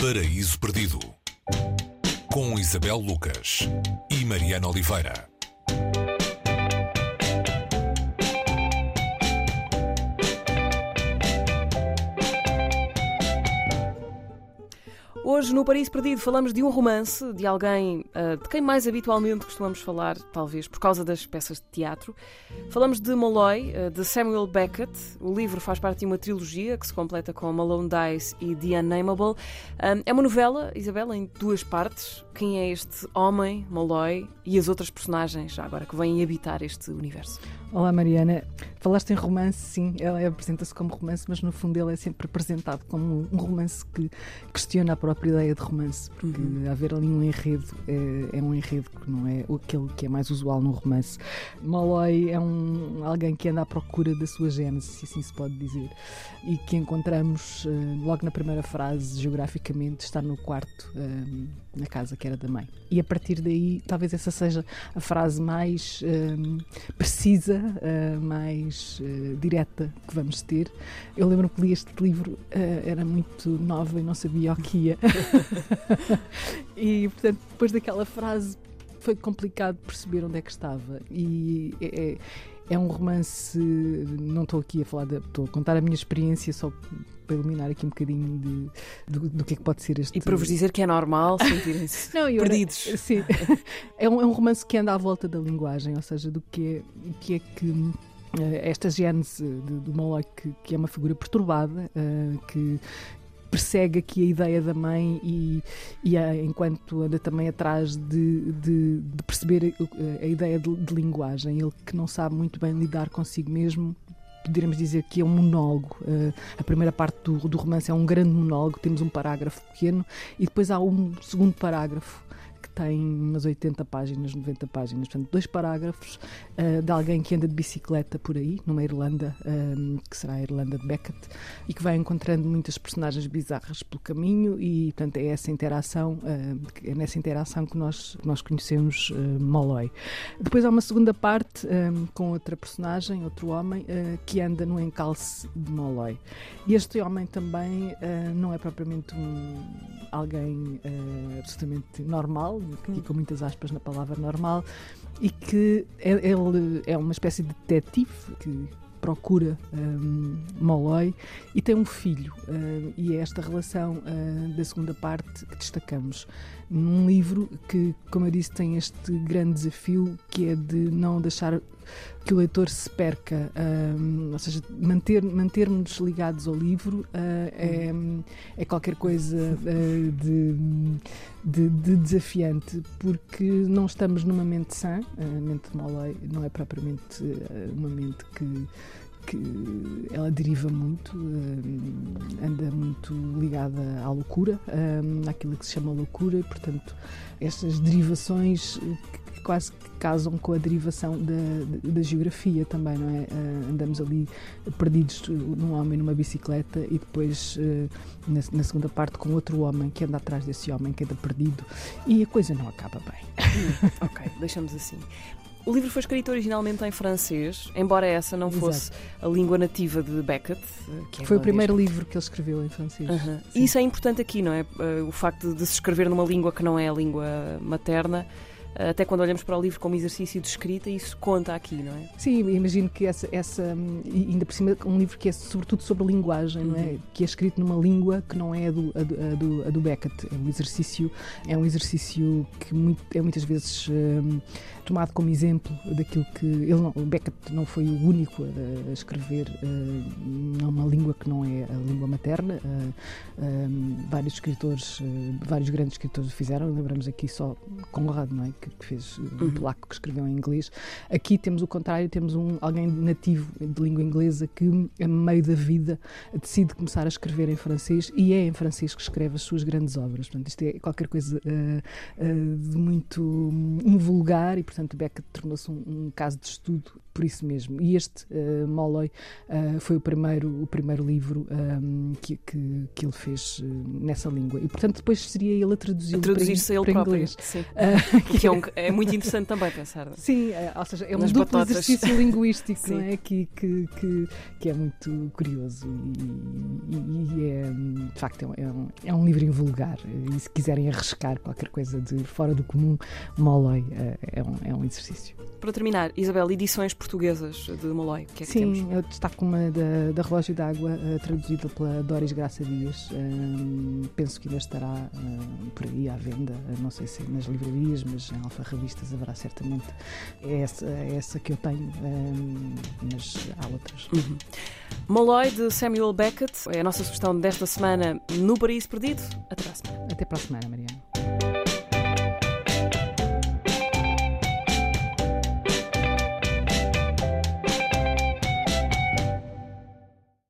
Paraíso Perdido, com Isabel Lucas e Mariana Oliveira. Hoje, no Paraíso Perdido, falamos de um romance de alguém de quem mais habitualmente costumamos falar, talvez por causa das peças de teatro. Falamos de Molloy, de Samuel Beckett. O livro faz parte de uma trilogia que se completa com Malone Dice e The Unnameable. É uma novela, Isabel, em duas partes. Quem é este homem, Molloy, e as outras personagens, já agora, que vêm habitar este universo? Olá, Mariana. Falaste em romance, sim, ele apresenta-se como romance, mas no fundo ele é sempre apresentado como um romance que questiona a própria ideia de romance, porque haver ali um enredo é um enredo que não é aquele que é mais usual no romance. Molloy é alguém que anda à procura da sua gênese, se assim se pode dizer, e que encontramos logo na primeira frase, geograficamente, está no quarto, na casa que era da mãe. E a partir daí, talvez essa seja a frase mais precisa, mais direta que vamos ter. Eu lembro que li este livro, era muito nova e não sabia o que ia. E, portanto, depois daquela frase foi complicado perceber onde é que estava. E é um romance, não estou aqui a falar, estou a contar a minha experiência só para iluminar aqui um bocadinho do que é que pode ser este... E para vos dizer que é normal sentirem-se perdidos. Sim. É um romance que anda à volta da linguagem, ou seja, do que é que esta gênese do Molloy, que é uma figura perturbada, que persegue aqui a ideia da mãe e enquanto anda também atrás de perceber a ideia de linguagem. Ele que não sabe muito bem lidar consigo mesmo, poderíamos dizer que é um monólogo. A primeira parte do romance é um grande monólogo, temos um parágrafo pequeno e depois há um segundo parágrafo que tem umas 80 páginas, 90 páginas, portanto 2 parágrafos de alguém que anda de bicicleta por aí, numa Irlanda, que será a Irlanda de Beckett, e que vai encontrando muitas personagens bizarras pelo caminho e, portanto, é nessa interação que nós conhecemos Molloy. Depois há uma segunda parte com outra personagem, outro homem, que anda no encalce de Molloy. E este homem também não é propriamente alguém absolutamente normal, aqui com muitas aspas na palavra normal, e que ele é uma espécie de detetive que procura Molloy e tem um filho, e é esta relação da segunda parte que destacamos num livro que, como eu disse, tem este grande desafio que é de não deixar que o leitor se perca, ou seja, manter-nos ligados ao livro é qualquer coisa de desafiante, porque não estamos numa mente sã. A mente de Molloy não é propriamente uma mente que ela deriva muito, anda muito ligada à loucura, àquilo que se chama loucura, e, portanto, estas derivações que quase que casam com a derivação da geografia também, não é? Andamos ali perdidos num homem numa bicicleta e depois, na segunda parte, com outro homem que anda atrás desse homem que anda perdido, e a coisa não acaba bem. Ok, deixamos assim. O livro foi escrito originalmente em francês, embora essa não fosse a língua nativa de Beckett. Que foi o primeiro livro que ele escreveu em francês. E isso é importante aqui, não é? O facto de se escrever numa língua que não é a língua materna. Até quando olhamos para o livro como exercício de escrita, isso conta aqui, não é? Sim, imagino que essa ainda por cima, um livro que é sobretudo sobre linguagem, não é? Que é escrito numa língua que não é a do Beckett. É um exercício que é muitas vezes tomado como exemplo daquilo que... O Beckett não foi o único a escrever numa língua que não é a língua materna. Vários escritores, vários grandes escritores o fizeram. Lembramos aqui só Conrad, não é? Que fez um polaco que escreveu em inglês. Aqui temos o contrário, temos alguém nativo de língua inglesa que, a meio da vida, decide começar a escrever em francês, e é em francês que escreve as suas grandes obras. Portanto, isto é qualquer coisa de muito invulgar, e, portanto, Beckett tornou-se um caso de estudo por isso mesmo. E este Molloy foi o primeiro livro que ele fez nessa língua. E, portanto, depois seria ele a traduzi-lo para inglês. Sim. Que é muito interessante também pensar. Sim, ou seja, é um duplo exercício linguístico, não é? Que é muito curioso e é, de facto, é um livro invulgar. E se quiserem arriscar qualquer coisa de fora do comum, Molloy é um exercício. Para terminar, Isabel, edições portuguesas de Molloy, o que é que temos? Sim, eu destaco uma da Relógio d'Água, traduzida pela Doris Graça Dias. Penso que ainda estará por aí à venda, não sei se nas livrarias, mas em Alfarrabistas haverá certamente. É essa que eu tenho, mas há outras. Molloy, de Samuel Beckett, é a nossa sugestão desta semana no Paraíso Perdido. Até para a semana. Até para a semana, Mariana.